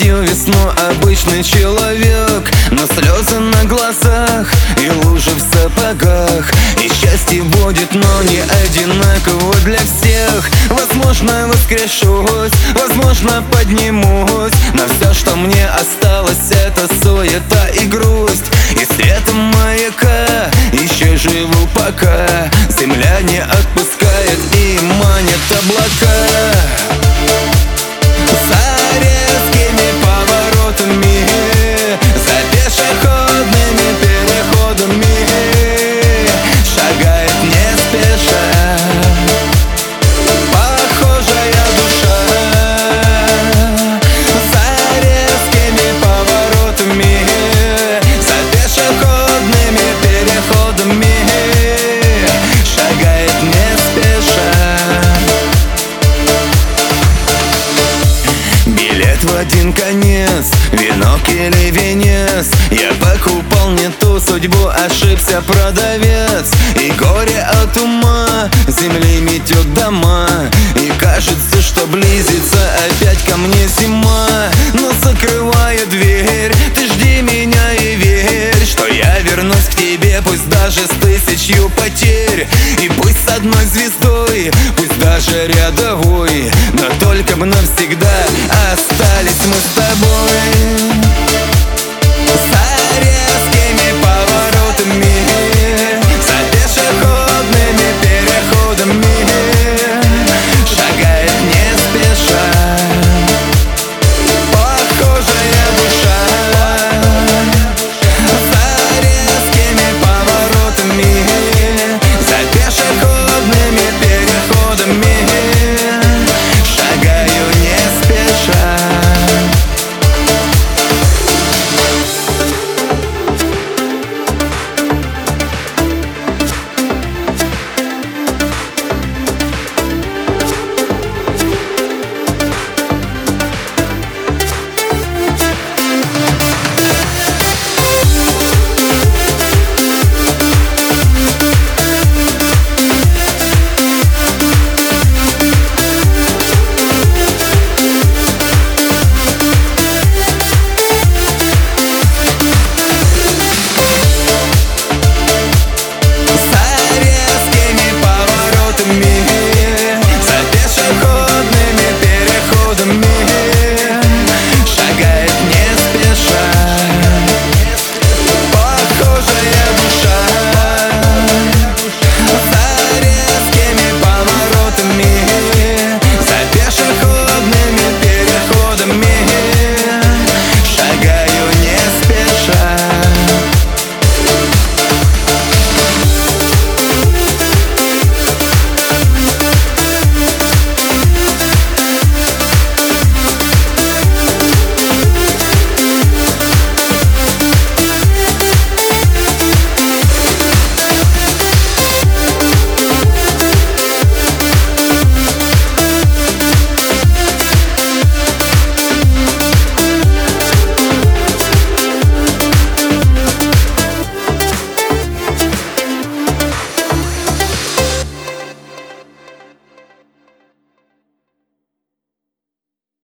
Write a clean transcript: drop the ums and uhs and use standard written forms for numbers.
всю весну обычный человек, но слезы на глазах и лужи в сапогах. И счастье будет, но не одинаково для всех. Возможно, воскрешусь, возможно, поднимусь, но все, что мне осталось, это суета и грусть. И светом маяка еще живу пока. Земля не отпускает и манит облака. За резкими поворотами, за пешеходными переходами шагает не спеша похожая душа. За резкими поворотами, за пешеходными переходами шагает не спеша. Билет в один конец, венок или венец. Я покупал не ту судьбу, ошибся продавец. И горе от ума земли метет дома. И кажется, что близится опять ко мне зима. Но закрывая дверь, ты жди меня и верь, что я вернусь к тебе, пусть даже с тысячью потерь. И пусть с одной звездой, пусть даже рядовой, но только бы навсегда остались мы с тобой.